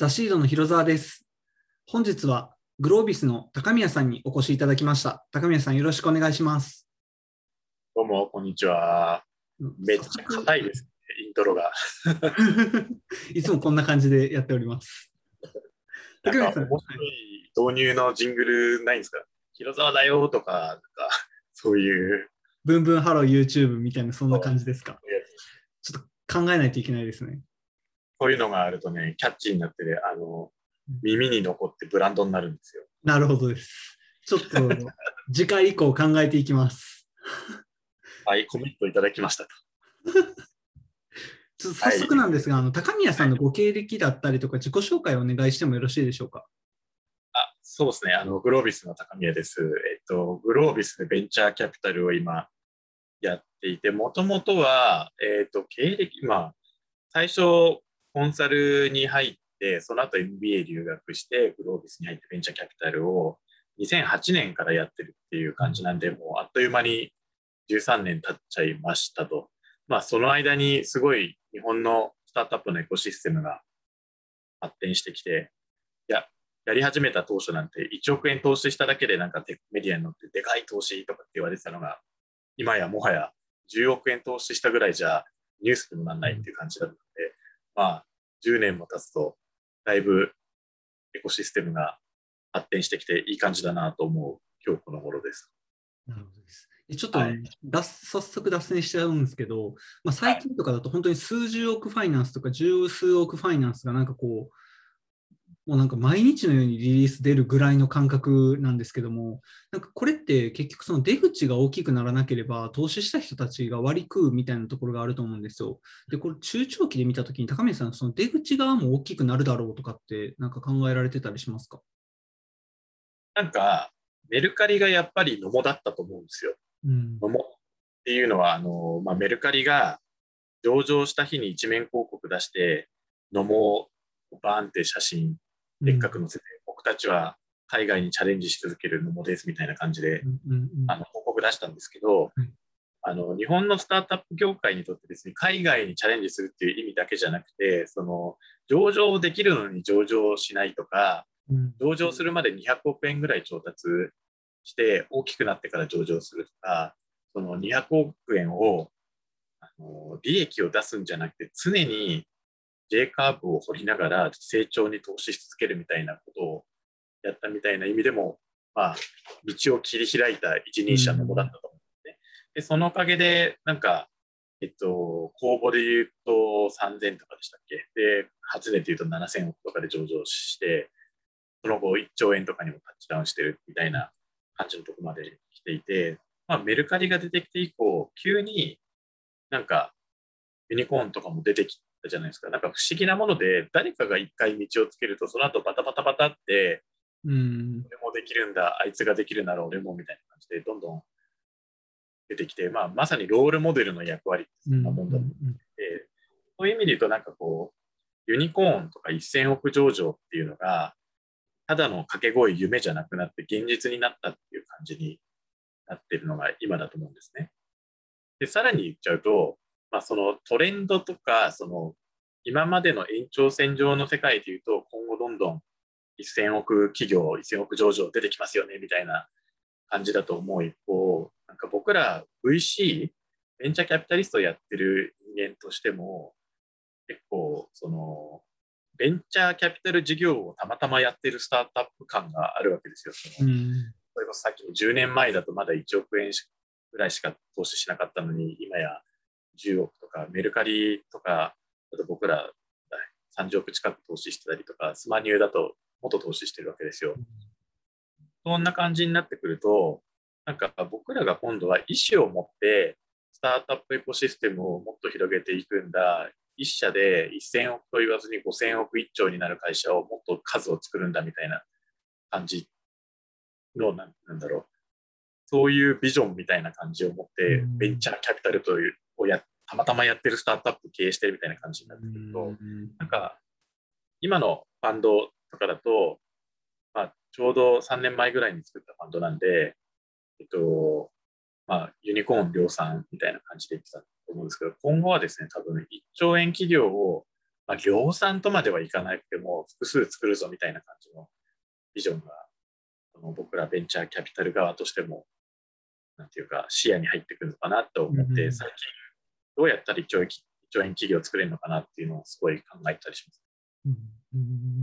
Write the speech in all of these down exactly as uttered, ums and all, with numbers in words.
ザシードの広澤です。本日はグロービスの高宮さんにお越しいただきました。高宮さん、よろしくお願いします。 どうも、こんにちは。めっちゃ硬いですね、イントロが。 いつもこんな感じでやっております。 なんか、 高宮さん、 面白い導入のジングルないんですか？広沢だよとか、なんか、そういう。 ブンブンハロー YouTube みたいな、そんなそう感じですか？ちょっと考えないといけないですね。 こういうのがあるとね、キャッチーになってね、あの、耳に残ってブランドになるんですよ。 なるほどです。ちょっと次回以降考えていきます。 はい、コミットいただきましたと。 ちょっと早はい。 速なんですが、あの高宮さんのご経歴だったりとか、自己紹介をお願いしてもよろしいでしょうか？ あ、そうですね。あの、グロービスの高宮です。えっと、グロービスでベンチャーキャピタルを今やっていて、もともとは、えっと、経歴、まあ、最初、コンサルに入って、その後 エムビーエー 留学して、グロービスに入ってベンチャーキャピタルをにせんはちねんからやってるっていう感じなんで、もうあっという間にじゅうさんねん経っちゃいましたと。まあ、その間にすごい日本のスタートアップのエコシステムが発展してきて、いや、やり始めた当初なんていちおく円投資しただけでなんかテックメディアに載ってでかい投資とかって言われてたのが、今やもはやじゅうおく円投資したぐらいじゃニュースにもならないっていう感じだったので、まあ、じゅうねんも経つと、だいぶエコシステムが発展してきていい感じだなと思う今日この頃です。 なるほどです。ちょっとはい。 脱早速脱線しちゃうんですけど、まあ、 はい。 最近とかだと本当に数十億ファイナンスとか十数億ファイナンスがなんかこう、もうなんか毎日のようにリリース出るぐらいの感覚なんですけども、なんかこれって結局その出口が大きくならなければ投資した人たちが割り食うみたいなところがあると思うんですよ。で、これ中長期で見たときに高宮さん、その出口側も大きくなるだろうとかってなんか考えられてたりしますか？ なんか、メルカリがやっぱり野茂だったと思うんですよ。 うん。 野茂っていうのは、あの、まあ、メルカリが上場した日に一面広告出して、野茂をバーンって写真でっかくうん。 載せて、僕たちは海外にチャレンジし続ける野茂ですみたいな感じで、 うん。うん。 あの、広告出したんですけど、 はい。 あの、日本のスタートアップ業界にとってですね、海外にチャレンジするっていう意味だけじゃなくて、その、上場できるのに上場しないとか、 うん。 上場するまでにひゃくおく円ぐらい調達して大きくなってから上場するとか、そのにひゃくおく円をあの利益を出すんじゃなくて常に J カーブを掘りながら成長に投資し続けるみたいなことをやったみたいな意味でも、まあ、道を切り開いた一う人者の子だっん。 たと思うんですね。で、そのおかげで、なんか、えっと、公募で言うとさんぜんとかでしたっけ？で、初値で言うとななせんおくとかで上場して、その後いっちょう円とかにもタッチダウンしてるみたいな感じのところまで来ていて、まあ、メルカリが出てきて以降、急になんかユニコーンとかも出てきたじゃないですか。なんか不思議なもので、誰かが一回道をつけると、その後バタバタバタって、 うん。 俺もできるんだ、あいつができるなら俺もみたいな感じで、どんどん出てきて、まあ、まさにロールモデルの役割ってうん。うそんなもんだと思っん。 て、そういう意味で言うと、なんかこう、ユニコーンとかせんおく上場っていうのが、ただの掛け声夢じゃなくなって現実になったっていう感じになってるのが今だと思うんですね。で、さらに言っちゃうと、まあ、そのトレンドとか、その今までの延長線上の世界で言うと、今後どんどんせんおく企業、せんおく上場出てきますよね、みたいな感じだと思う一方、なんか僕ら ブイシー、ベンチャーキャピタリストをやってる人間としても、結構、その、ベンチャーキャピタル事業をたまたまやってるスタートアップ感があるわけですよ。そのうん。 例えばさっきのじゅうねんまえだとまだいちおく円ぐらいしか投資しなかったのに、今やじゅうおくとか、メルカリとか、あと僕らさんじゅうおく近く投資してたりとか、スマニューだともっと投資してるわけですよ。そんな感じになってくると、なんか僕らが今度は意思を持って、スタートアップエコシステムをもっと広げていくんだ。一社でせんおくと言わずにごせんおくいっちょうになる会社をもっと数を作るんだみたいな感じの、なんなんだろう。そういうビジョンみたいな感じを持っうて、ベンん。 チャーキャピタルというをや、たまたまやってるスタートアップ経営してるみたいな感じになっうてくると、 ん。 なんか今のファンドとかだと、まあ、ちょうどさんねんまえぐらいに作ったファンドなんで、えっと、まあ、ユニコーン量産みたいな感じで言ってたと思うんですけど、今後はですね、多分いっちょう円企業をまあ、量産とまではいかなくても、複数作るぞみたいな感じのビジョンが、その僕らベンチャーキャピタル側としても、なんていうか、視野に入ってくるのかなと思って、 うん。 最近どうやったらいっちょうえん、いっちょうえん企業を作れるのかなっていうのをすごい考えたりします。 うん。うん。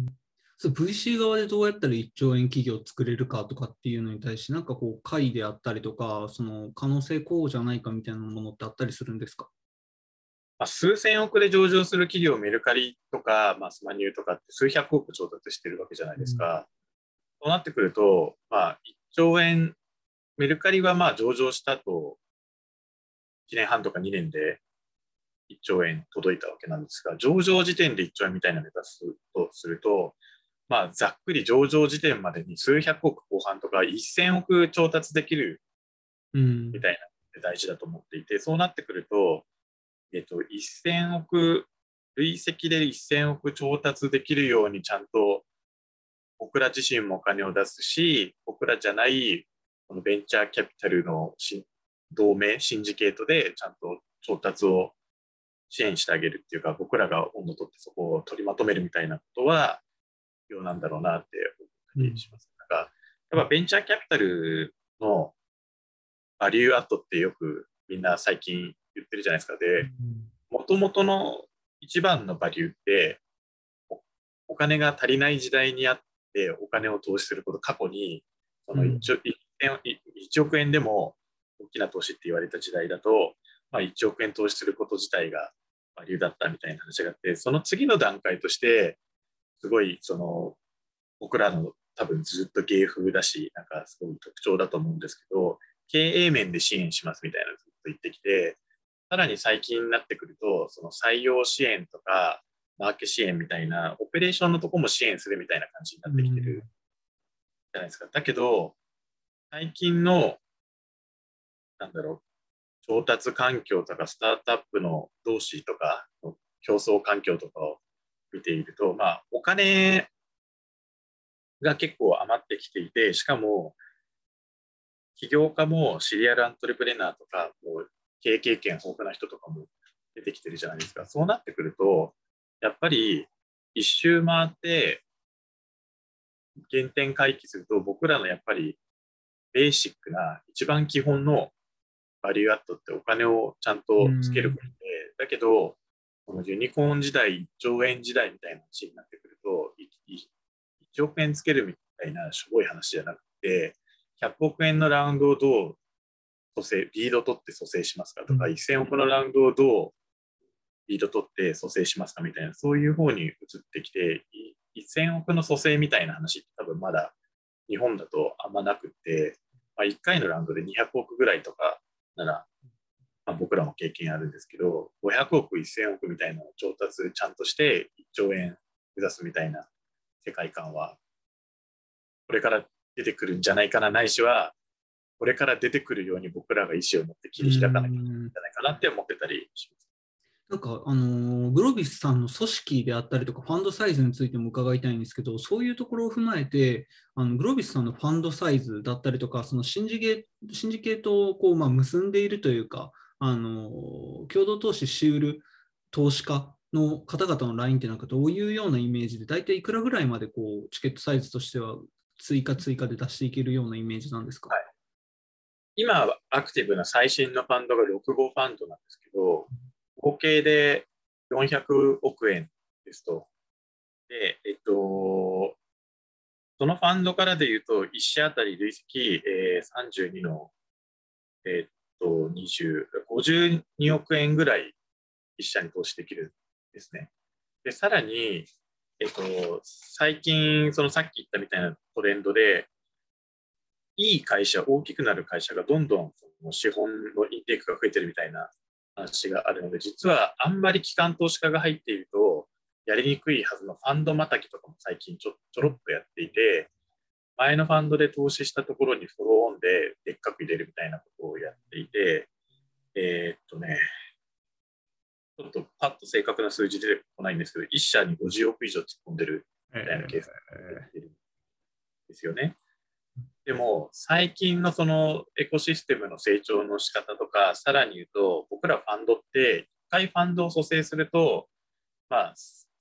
そう、ブイシー 側でどうやったらいっちょうえん企業を作れるかとかっていうのに対して、なんかこう、会であったりとか、その可能性こうじゃないかみたいなものってあったりするんですか？ まあ、数千億で上場する企業、メルカリとか、まあ、スマニューとかって数百億調達してるわけじゃないうん。 ですか。そうなってくると、まあ、いっちょうえん、メルカリはまあ上場したといちねんはんとかにねんでいっちょうえん届いたわけなんですが、上場時点でいっちょうえんみたいなネタするとすると、まあ、ざっくり上場時点までに数百億後半とかせんおく調達できるうん。 みたいなのが大事だと思っていて、そうなってくると、えっと、せんおく、累積でせんおく調達できるようにちゃんと僕ら自身もお金を出すし、僕らじゃないこのベンチャーキャピタルの同盟、シンジケートでちゃんと調達を支援してあげるっていうか、僕らが温度取ってそこを取りまとめるみたいなことは必要なんだろうなって思ったうん。 りします。なんか、やっぱベンチャーキャピタルのバリューアットってよくみんな最近言ってるじゃないですか。で、もともとの一番のバリューってお、お金が足りない時代にあってお金を投資すること、過去にそのうん。 1, いちおく円でも大きな投資って言われた時代だと、まあ、いちおく円投資すること自体がバリューだったみたいな話があって、その次の段階として、すごいその僕らの多分ずっと芸風だし、なんかすごい特徴だと思うんですけど、経営面で支援しますみたいなのをずっと言ってきて、さらに最近になってくると、その採用支援とか、マーケ支援みたいな、オペレーションのところも支援するみたいな感じになうってきてるん。 じゃないですか。だけど、最近の、なんだろう、調達環境とか、スタートアップの同士とかの競争環境とかを見ていると、まあ、お金が結構余ってきていて、しかも、起業家もシリアルアントレプレナーとか、もう経営経験豊富な人とかも出てきてるじゃないですか。そうなってくると、やっぱり一周回って原点回帰すると、僕らのやっぱりベーシックな一番基本のバリューアットってお金をちゃんうとつけることん。 で、だけど、このユニコーン時代、いっちょうえん時代みたいな話になってくると、いちおく円つけるみたいなしょぼい話じゃなくて、ひゃくおく円のラウンドをどう蘇生、リード取って蘇生しますかとか、せんおくのラウンドをどうリード取って蘇生しますかみたいな、そういう方に移ってきて、せんおくの蘇生みたいな話って多分まだ日本だとあんまなくて、まあ、いっかいのラウンドでにひゃくおくぐらいとかなら、まあ、僕らも経験あるんですけど、ごひゃくおく、せんおくみたいなのを調達ちゃんとしていっちょう円目指すみたいな世界観は、これから出てくるんじゃないかな、ないしは、これから出てくるように僕らが意思を持ってう切り開かなきゃいけないんじん。 ゃないかなって思ってたりします。 なんか、あのーグロービスさんの組織であったりとか、ファンドサイズについても伺いたいんですけど、そういうところを踏まえて、あのグロービスさんのファンドサイズだったりとか、そのシンジゲシンジケートをこう、まあ、結んでいるというか、あのー共同投資しうる投資家の方々のラインってなんかどういうようなイメージで、大体いくらぐらいまでこうチケットサイズとしては追加追加で出していけるようなイメージなんですか？ はい、今、アクティブな最新のファンドがろく号ファンドなんですけど、合計でよんひゃくおく円ですと。で、えっと、そのファンドからで言うと、いち社あたり累積、えー、さんじゅうにの、えっと、にじゅう、ごじゅうにおく円ぐらいいち社に投資できるんですね。で、さらに、えっと、最近、そのさっき言ったみたいなトレンドで、いい会社、大きくなる会社がどんどんその資本のインテークが増えてるみたいな話があるので、実はあんまり機関投資家が入っていると、やりにくいはずのファンドまたぎとかも最近ちょちょろっとやっていて、前のファンドで投資したところにフォローオンででっかく入れるみたいなことをやっていて、えーっとね、ちょっとパッと正確な数字出てこないんですけど、いち社にごじゅうおく以上突っ込んでるみたいなケースが出てるんですよね。でも、最近のそのエコシステムの成長の仕方とか、さらに言うと、僕らファンドって、いっかいファンドを蘇生すると、まあ、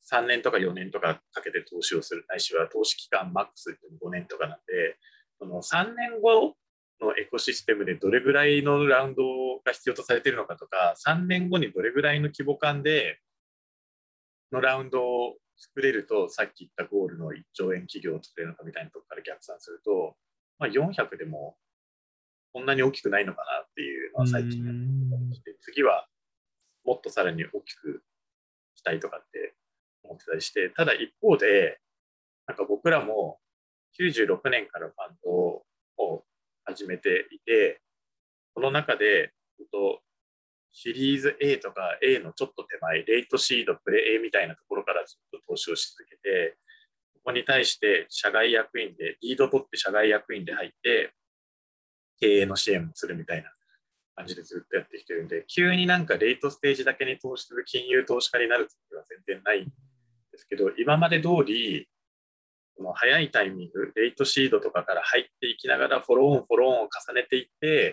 さんねんとかよねんとかかけて投資をする、ないしは投資期間マックスでごねんとかなんで、そのさんねんごのエコシステムでどれぐらいのラウンドが必要とされているのかとか、さんねんごにどれぐらいの規模感でのラウンドを作れると、さっき言ったゴールのいっちょうえん企業を作れるのかみたいなところから逆算すると、まあ、よんひゃくでもこんなに大きくないのかなっていうのうは最近やってきて、次はもっとさらに大きくしたいとかって思ってたりして、ただ一方で、なんか僕らもきゅうじゅうろくねんからファンドを始めていて、その中で、シリーズ A とか A のちょっと手前、レイトシード、プレ A みたいなところからずっと投資をし続けて、ここに対して社外役員で、リード取って社外役員で入って、経営の支援もするみたいな感じでずっとやってきてるんで、急になんかレイトステージだけに投資する金融投資家になるつもりは全然ないんですけど、今まで通り、この早いタイミング、レイトシードとかから入っていきながら、フォローオン、フォローオンを重ねていって、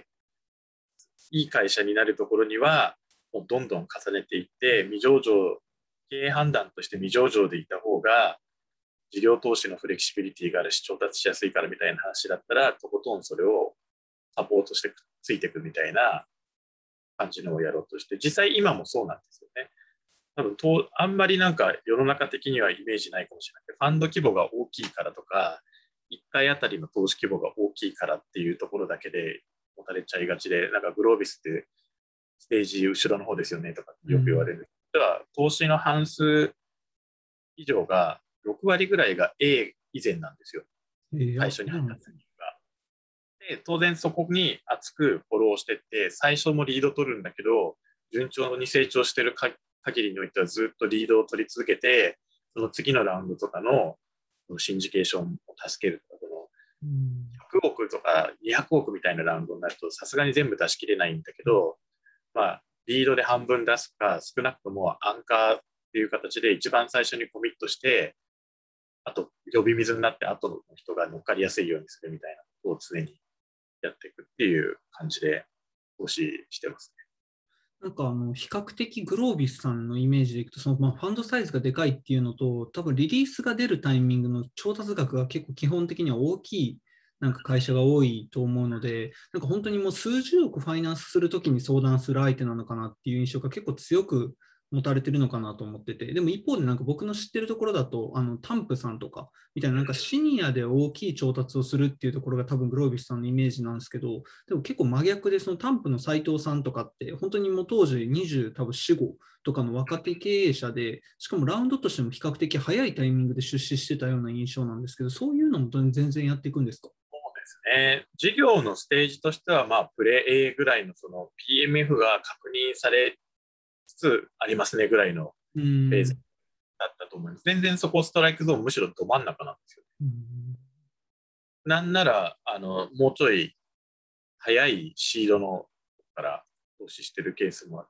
いい会社になるところには、もうどんどん重ねていって、未上場、経営判断として未上場でいた方が、事業投資のフレキシビリティがあるし、調達しやすいからみたいな話だったら、とことんそれをサポートしてついていくみたいな感じのをやろうとして、実際今もそうなんですよね。多分とあんまりなんか世の中的にはイメージないかもしれないけど、ファンド規模が大きいからとか、いっかいあたりの投資規模が大きいからっていうところだけで持たれちゃいがちで、なんかグロービスってステージ後ろの方ですよねとかよく言われる。では、投資の半数以上が、ろくわりぐらいが A 以前なんですよ。最初に入った次が。で、当然そこに厚くフォローしてって、最初もリード取るんだけど、順調に成長してる限りにおいてはずっとリードを取り続けて、その次のラウンドとかのシンジケーションを助けるとか、このひゃくおくとかにひゃくおくみたいなラウンドになると、さすがに全部出し切れないんだけど、まあ、リードで半分出すか、少なくともアンカーっていう形で一番最初にコミットして、あと呼び水になって後の人が乗っかりやすいようにするみたいなことを常にやっていくっていう感じで投資してますね。 なんかあの比較的グロービスさんのイメージでいくと、そのまあファンドサイズがでかいっていうのと、多分リリースが出るタイミングの調達額が結構基本的には大きいなんか会社が多いと思うので、なんか本当にもう数十億ファイナンスするときに相談する相手なのかなっていう印象が結構強く持たれてるのかなと思ってて、でも一方でなんか僕の知ってるところだと、あのタンプさんとかみたいななんかシニアで大きい調達をするっていうところが多分グロービスさんのイメージなんですけど、でも結構真逆で、そのタンプの斉藤さんとかって、本当にもう当時にじゅう多分よん、ごとかの若手経営者で、しかもラウンドとしても比較的早いタイミングで出資してたような印象なんですけど、そういうのも全然やっていくんですか？ そうですね。事業のステージとしては、まあ、プレ A ぐらいのその ピーエムエフ が確認されつつありますねぐらいのフェーズだったと思います。全然そこストライクゾーンむしろど真ん中なんですよ。なんなら、あの、もうちょい早いシードのから投資してるケースもあって、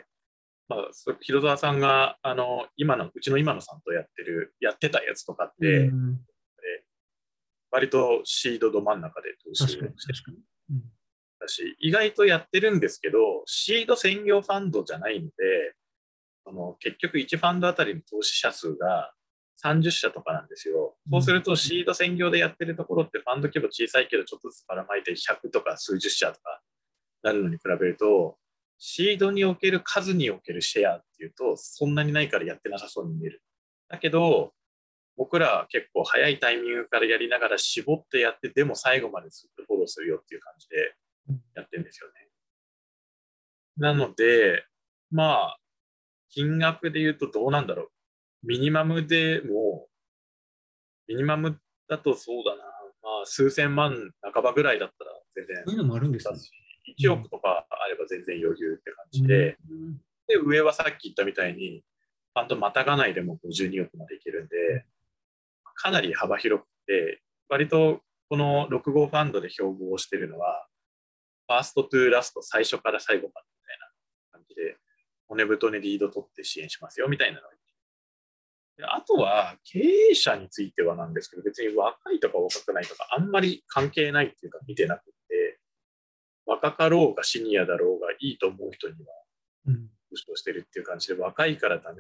まあ、広澤さんが、あの、今の、うちの今野さんとやってる、やってたやつとかって、割とシードど真ん中で投資をしてる。だし、意外とやってるんですけど、シード専業ファンドじゃないので、あの結局いちファンドあたりの投資者数がさんじゅっしゃとかなんですよ。そうするとシード専業でやってるところってファンド規模小さいけどちょっとずつばらまいてひゃくとか数十社とかなるのに比べると、シードにおける数におけるシェアっていうとそんなにないからやってなさそうに見える。だけど僕らは結構早いタイミングからやりながら絞ってやって、でも最後までずっとフォローするよっていう感じでやってるんですよね。なので、まあ、金額で言うとどうなんだろう。ミニマムでも、ミニマムだとそうだな。まあ、数千万半ばぐらいだったら全然。 そういうのもあるんですね。 いちおくとかあれば全然余裕って感じで。うん、で、上はさっき言ったみたいに、ファンドまたがないでもごじゅうにおくまでいけるんで、かなり幅広くて、割とこのろく号ファンドで標榜してるのは、ファーストトゥーラスト、最初から最後までみたいな感じで、骨太にリード取って支援しますよみたいなのがあとは、経営者についてはなんですけど、別に若いとか若くないとか、あんまり関係ないっていうか見てなくて、若かろうがシニアだろうがいいと思う人には、投資をしてるっていう感じで、若いからダメとか若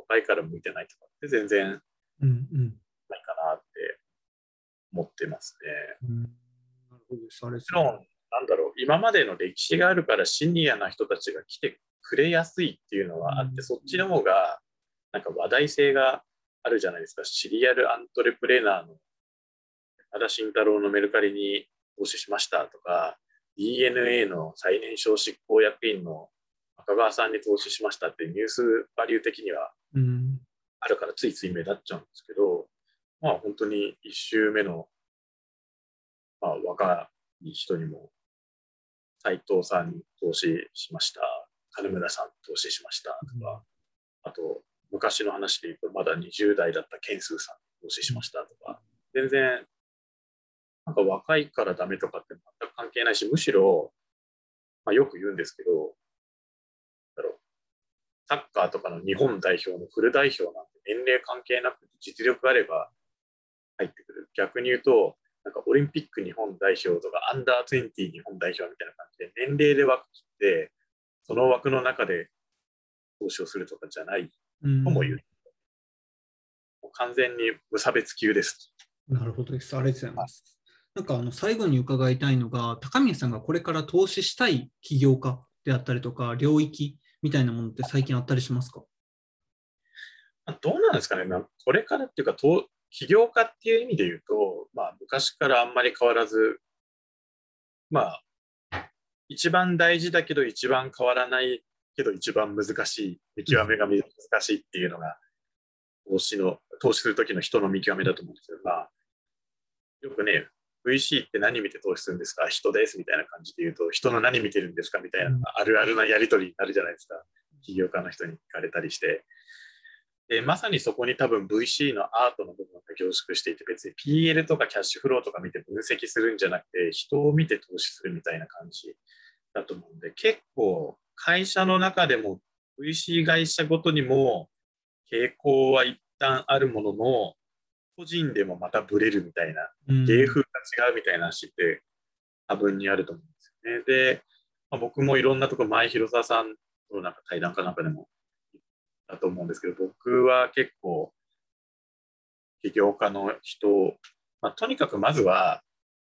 若いから向いてないとかって全然うんうん。 ないかなって思ってますね。 うん、なるほどです。あれですね。 もちろん、なんだろう、今までの歴史があるからシニアな人たちが来てくれやすいっていうのはあって、 うんそっちの方がなんか話題性があるじゃないですか。シリアルアントレプレーナーの和田慎太郎のメルカリに投資しましたとか、ディーエヌエー の最年少執行役員の赤川さんに投資しましたってニュースバリュー的にはうんあるからついつい目立っちゃうんですけど、まあ本当に一周目の、まあ、若い人にも斉藤さんに投資しました、金村さんに投資しましたとか、あと昔の話で言うとまだにじゅう代だったケンスーさんに投資しましたとか、全然なんか若いからダメとかって全く関係ないし、むしろ、まあ、よく言うんですけど、だろうサッカーとかの日本代表のフル代表なんて年齢関係なく実力があれば入ってくる。逆に言うと、なんかオリンピック日本代表とかアンダーにじゅう日本代表みたいな感じで年齢で枠切って、その枠の中で投資をするとかじゃないとも言う。もう完全に無差別級です。 なるほどです。ありがとうございます。なんかあの最後に伺いたいのが、高宮さんがこれから投資したい起業家であったりとか、領域みたいなものって最近あったりしますか？ どうなんですかね、これからっていうか、起業家っていう意味で言うと、まあ、昔からあんまり変わらず、まあ、一番大事だけど一番変わらないけど一番難しい、見極めが難しいっていうのが、投資の、投資するときの人の見極めだと思うんですけど、まあ、よくね、ブイシー って何見て投資するんですか、人ですみたいな感じで言うと、人の何見てるんですかみたいな、あるあるなやり取りになるじゃないですか。起業家の人に聞かれたりして。で、まさにそこに多分 ブイシー のアートの部分が凝縮していて、別に ピーエル とかキャッシュフローとか見て分析するんじゃなくて、人を見て投資するみたいな感じだと思うんで、結構会社の中でも ブイシー 会社ごとにも傾向は一旦あるものの、個人でもまたブレるみたいな、芸風が違うみたいな話って多分にあると思うんですよね。で、まあ、僕もいろんなところ、前広沢さんとなんか対談かなんかでもだと思うんですけど、僕は結構、起業家の人、まあ、とにかくまずは、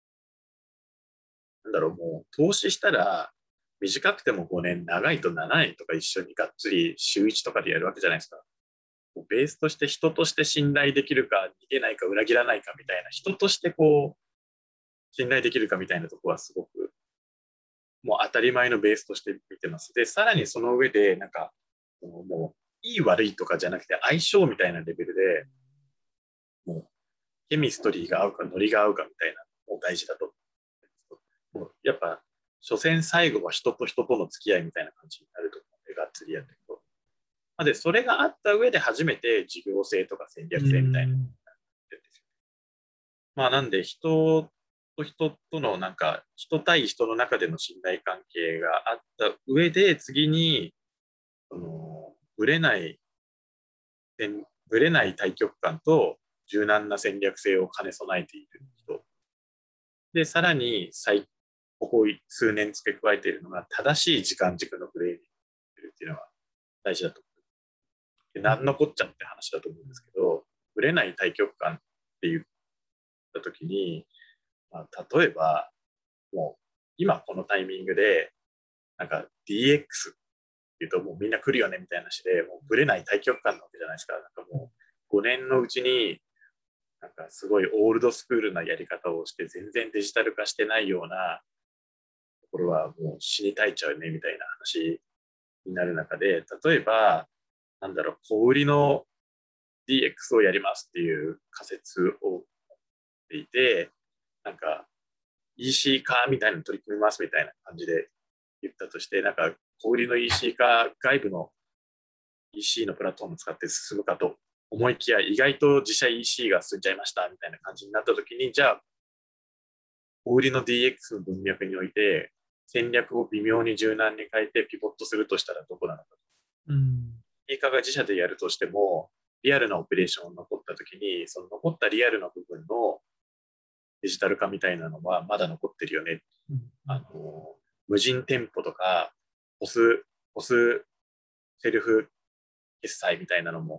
なんだろう、もう投資したら、短くてもごねん、長いとななねんとか一緒にがっつり週いちとかでやるわけじゃないですか。ベースとして人として信頼できるか、逃げないか、裏切らないかみたいな、人としてこう、信頼できるかみたいなところはすごく、もう当たり前のベースとして見てます。で、さらにその上で、なんか、もう、いい悪いとかじゃなくて、相性みたいなレベルで、もう、ケミストリーが合うか、ノリが合うかみたいなのも大事だと。もうやっぱ、所詮最後は人と人との付き合いみたいな感じになると思うので、がっつりやっていくと。で、それがあった上で初めて事業性とか戦略性みたいなのが出るんですよ。まあ、なんで人と人とのなんか、人対人の中での信頼関係があった上で、次に、その、ぶれない、ぶれない対極感と柔軟な戦略性を兼ね備えている人。で、さらに最、ここ数年付け加えているのが、正しい時間軸のプレイにするっていうのが大事だと思う。で、何のこっちゃって話だと思うんですけど、ぶれない対極感って言ったときに、まあ、例えば、もう今このタイミングで、なんか ディーエックス っていうともうみんな来るよねみたいな話で、もうぶれない対極感なわけじゃないですか。なんかもうごねんのうちに、なんかすごいオールドスクールなやり方をして、全然デジタル化してないようなところはもう死に絶えちゃうねみたいな話になる中で、例えば、なんだろう、小売りの ディーエックス をやりますっていう仮説を持っていて、なんか イーシー 化みたいなの取り組みますみたいな感じで言ったとして、なんか小売りの イーシー 化、外部の イーシー のプラットフォームを使って進むかと思いきや、意外と自社 イーシー が進んじゃいましたみたいな感じになったときに、じゃあ、小売りの ディーエックス の文脈において、戦略を微妙に柔軟に変えてピボットするとしたらどこなのか。 うん。 イーカが自社でやるとしても、リアルなオペレーションが残ったときに、その残ったリアルな部分のデジタル化みたいなのはまだ残ってるよね。うん、あの無人店舗とか、ポス、ポスセルフ決済みたいなのも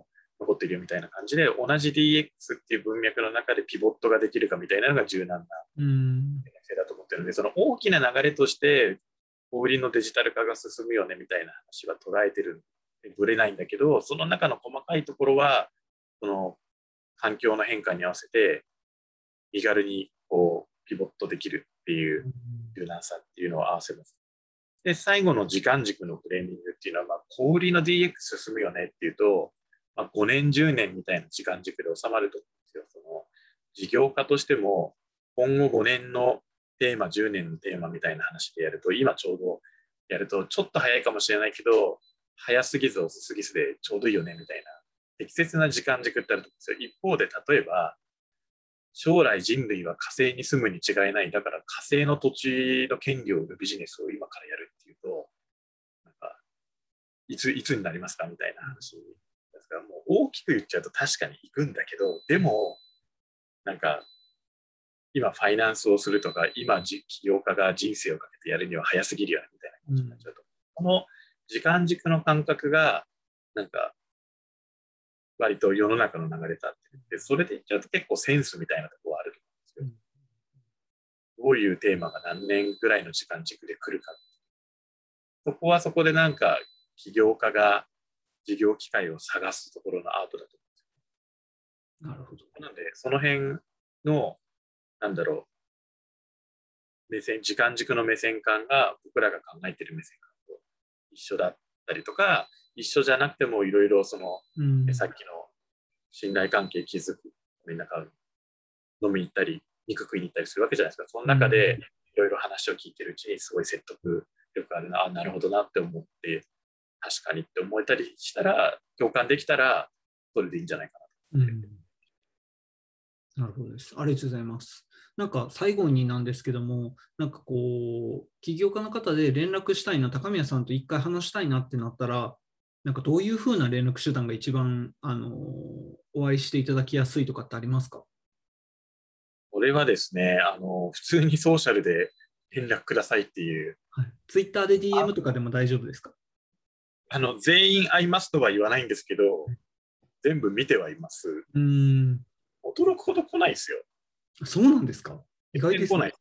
残ってるよみたいな感じで、同じ ディーエックス っていう文脈の中でピボットができるかみたいなのが柔軟なうん性だと思ってるので、その大きな流れとして小売りのデジタル化が進むよねみたいな話は捉えてる、ぶれないんだけど、その中の細かいところはその環境の変化に合わせて身軽にこうピボットできるっていう柔軟さっていうのを合わせます。で、最後の時間軸のフレーミングっていうのは、まあ、小売りの ディーエックス 進むよねっていうと、まあ、ごねん、じゅうねんみたいな時間軸で収まると思うんですよ。その事業家としても、今後ごねんのテーマ、じゅうねんのテーマみたいな話でやると、今ちょうどやると、ちょっと早いかもしれないけど、早すぎず遅すぎずでちょうどいいよねみたいな、適切な時間軸ってあると思うんですよ。一方で、例えば、将来人類は火星に住むに違いない。だから火星の土地の権利を売るビジネスを今からやるっていうと、なんか、いつ、いつになりますかみたいな話ですから、もう大きく言っちゃうと確かに行くんだけど、でも、なんか、今ファイナンスをするとか、今起業家が人生をかけてやるには早すぎるよねみたいな感じになっちゃうと。うん、この時間軸の感覚が、なんか、割と世の中の流れとあってで、それで言っちゃうと結構センスみたいなところはあると思うんですよ。どういうテーマが何年ぐらいの時間軸で来るか。そこはそこでなんか起業家が事業機会を探すところのアートだと思うんですよ。なるほど。 なので、その辺の、なんだろう、目線、時間軸の目線感が僕らが考えている目線感と一緒だったりとか、一緒じゃなくてもいろいろその、うん、さっきの信頼関係築く、みんなが飲みに行ったり、肉食いに行ったりするわけじゃないですか。その中でいろいろ話を聞いてるうちにすごい説得力あるな、あ、なるほどなって思って、確かにって思えたりしたら、共感できたら、それでいいんじゃないかなと思って。 うん、なるほどです。ありがとうございます。なんか最後になんですけども、なんかこう、起業家の方で連絡したいな、高宮さんと一回話したいなってなったら、なんかどういうふうな連絡手段が一番、あの、お会いしていただきやすいとかってありますか？ これはですね、あの、普通にソーシャルで連絡くださいっていう。 はい、ツイッターで ディーエム とかでも大丈夫ですか？ あの、全員会いますとは言わないんですけど、全部見てはいます。 うーん。 驚くほど来ないですよ。 そうなんですか？意外ですね。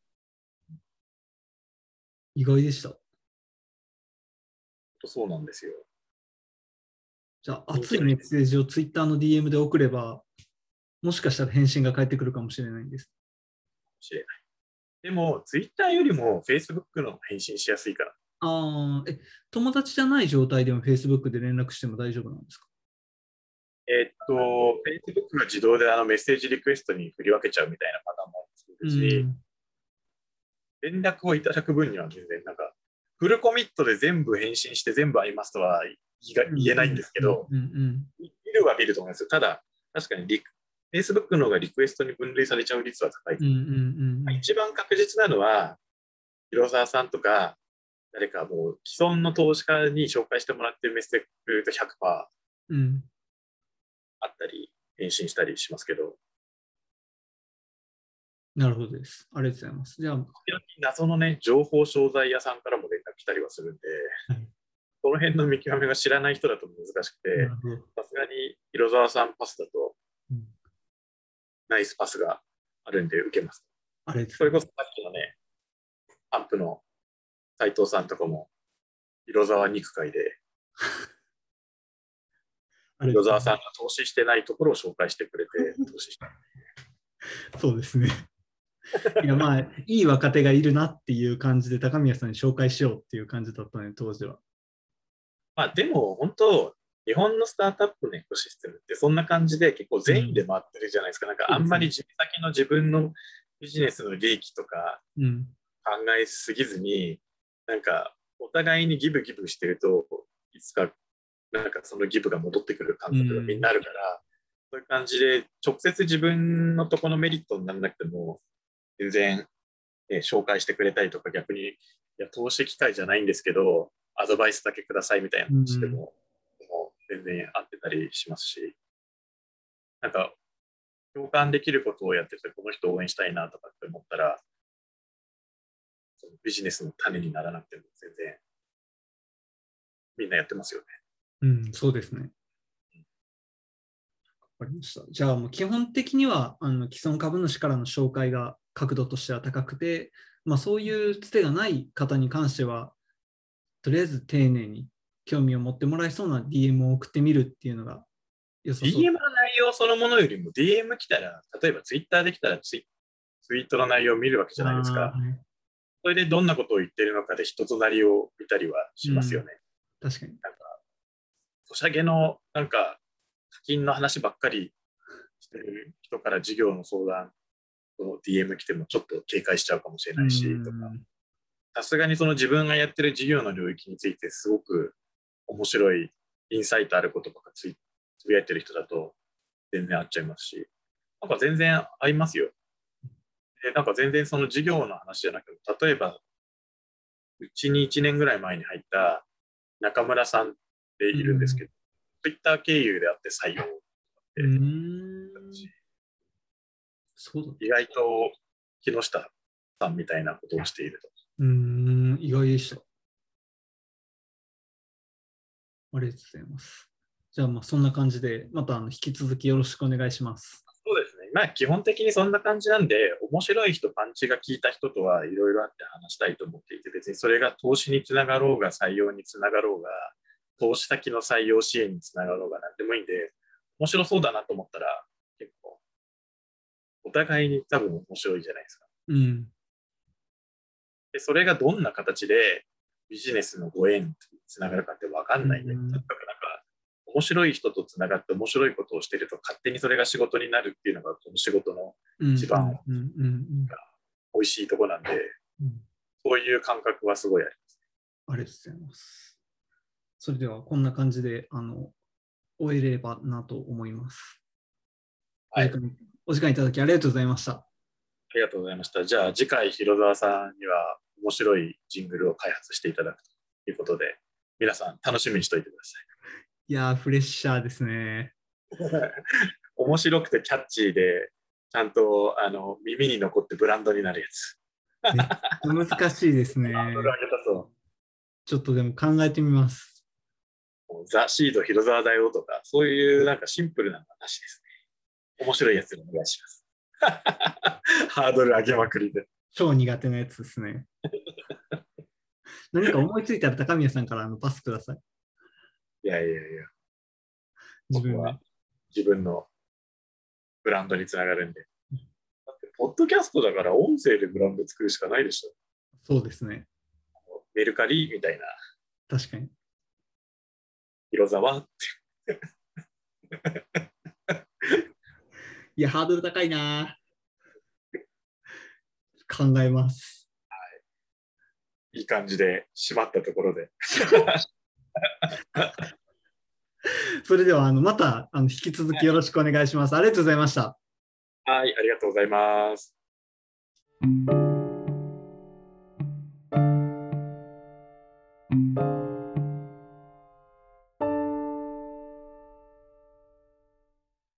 意外でした。 そうなんですよ。 じゃあ、熱いメッセージをツイッターの ディーエム で送れば、もしかしたら返信が返ってくるかもしれないんです。かもしれない。でも、ツイッターよりも Facebook の返信しやすいから。 ああ、え、友達じゃない状態でも Facebook で連絡しても大丈夫なんですか？ えー、っと、Facebook が自動であのメッセージリクエストに振り分けちゃうみたいなパターンもあるんですけど、別に連絡をいただく分には全然、なんか、フルコミットで全部返信して全部会いますとは言えないんですけど、見るは見ると思いますよ。ただ、確かにリ Facebook の方がリクエストに分類されちゃう率は高い。一番確実なのは、広沢さんとか、誰かもう既存の投資家に紹介してもらってるメッセージと ひゃくパーセント あったり、返信したりしますけど。 なるほどです。ありがとうございます。じゃあ、 謎のね、情報商材屋さんからも連絡来たりはするんで、はい、この辺の見極めが知らない人だと難しくて、さすがに広沢さんパスだと、うん、ナイスパスがあるんで受けます。 あれそれこそさっきのね、アンプの斉藤さんとかも、広沢肉会で、広沢さんが投資してないところを紹介してくれて、投資した。 そうですね。いや、まあ、いい若手がいるなっていう感じで、高宮さんに紹介しようっていう感じだったね、当時は。 まあ、でも、本当、日本のスタートアップのエコシステムってそんな感じで結構全員で回ってるじゃないですか。うん、なんかあんまり自分先の自分のビジネスの利益とか考えすぎずに、うん、なんかお互いにギブギブしてると、いつかなんかそのギブが戻ってくる感覚がみんなあるから、うん、そういう感じで直接自分のとこのメリットにならなくても、全然、ね、紹介してくれたりとか、逆に、いや、投資機会じゃないんですけど、アドバイスだけくださいみたいな話でも、うん、もう全然合ってたりしますし、なんか、共感できることをやってて、この人を応援したいなとかって思ったら、そのビジネスの種にならなくても全然、みんなやってますよね。 うん、そうですね。 わかりました。じゃあもう基本的にはあの既存株主からの紹介が角度としては高くて、まあ、そういうつてがない方に関しては、とりあえず丁寧に興味を持ってもらえそうな ディーエム を送ってみるっていうのが良さそう。 ディーエム の内容そのものよりも ディーエム 来たら、例えば Twitter で来たらツイ、ツイートの内容を見るわけじゃないですか。 はい、 それでどんなことを言ってるのかで人となりを見たりはしますよね。 うん、確かに。 なんか、ソシャゲのなんか課金の話ばっかりしてる人から事業の相談と ディーエム 来てもちょっと警戒しちゃうかもしれないし、とか。さすがにその自分がやってる事業の領域についてすごく面白いインサイトあることとかつぶやいてる人だと全然合っちゃいますし、なんか全然合いますよ。で、なんか全然その事業の話じゃなくて、例えば、うちにいちねんぐらい前に入った中村さんっているんですけど、ツイッター経由であって採用で、うん、 そうだ意外と木下さんみたいなことをしていると。 うーん、意外でした。ありがとうございます。じゃあ、まあそんな感じで、またあの引き続きよろしくお願いします。 そうですね。まあ、基本的にそんな感じなんで、面白い人、パンチが効いた人とはいろいろあって話したいと思っていて、別にそれが投資につながろうが、採用につながろうが、投資先の採用支援につながろうが、なんでもいいんで、面白そうだなと思ったら、結構、お互いに多分面白いじゃないですか。 うん。 で、それがどんな形でビジネスのご縁につながるかって分かんないんで、うん、なんか面白い人とつながって面白いことをしていると勝手にそれが仕事になるっていうのがこの仕事の一番美味しいところなんで、うん、そういう感覚はすごいあります。 ありがとうございます。それではこんな感じであの終えればなと思います。はい、お時間いただきありがとうございました。 ありがとうございました。じゃあ次回広澤さんには面白いジングルを開発していただくということで、皆さん楽しみにしておいてください。 いやー、プレッシャーですね。 面白くてキャッチーで、ちゃんとあの耳に残ってブランドになるやつ。 難しいですね。ちょっとでも考えてみます。 ザ・シード広澤だよとか、そういうなんかシンプルな話ですね。面白いやつにお願いします。ハードル上げまくりで。 超苦手なやつですね。何か思いついたら高宮さんからあのパスください。 いやいやいや。 自分は自分のブランドにつながるんで。だって、ポッドキャストだから音声でブランド作るしかないでしょ。 そうですね。 メルカリみたいな。 確かに。 広沢って。 いや、ハードル高いな。考えます。 はい。いい感じで締まったところで。 それではあのまたあの引き続きよろしくお願いします。はい、ありがとうございました。 はい、ありがとうございます。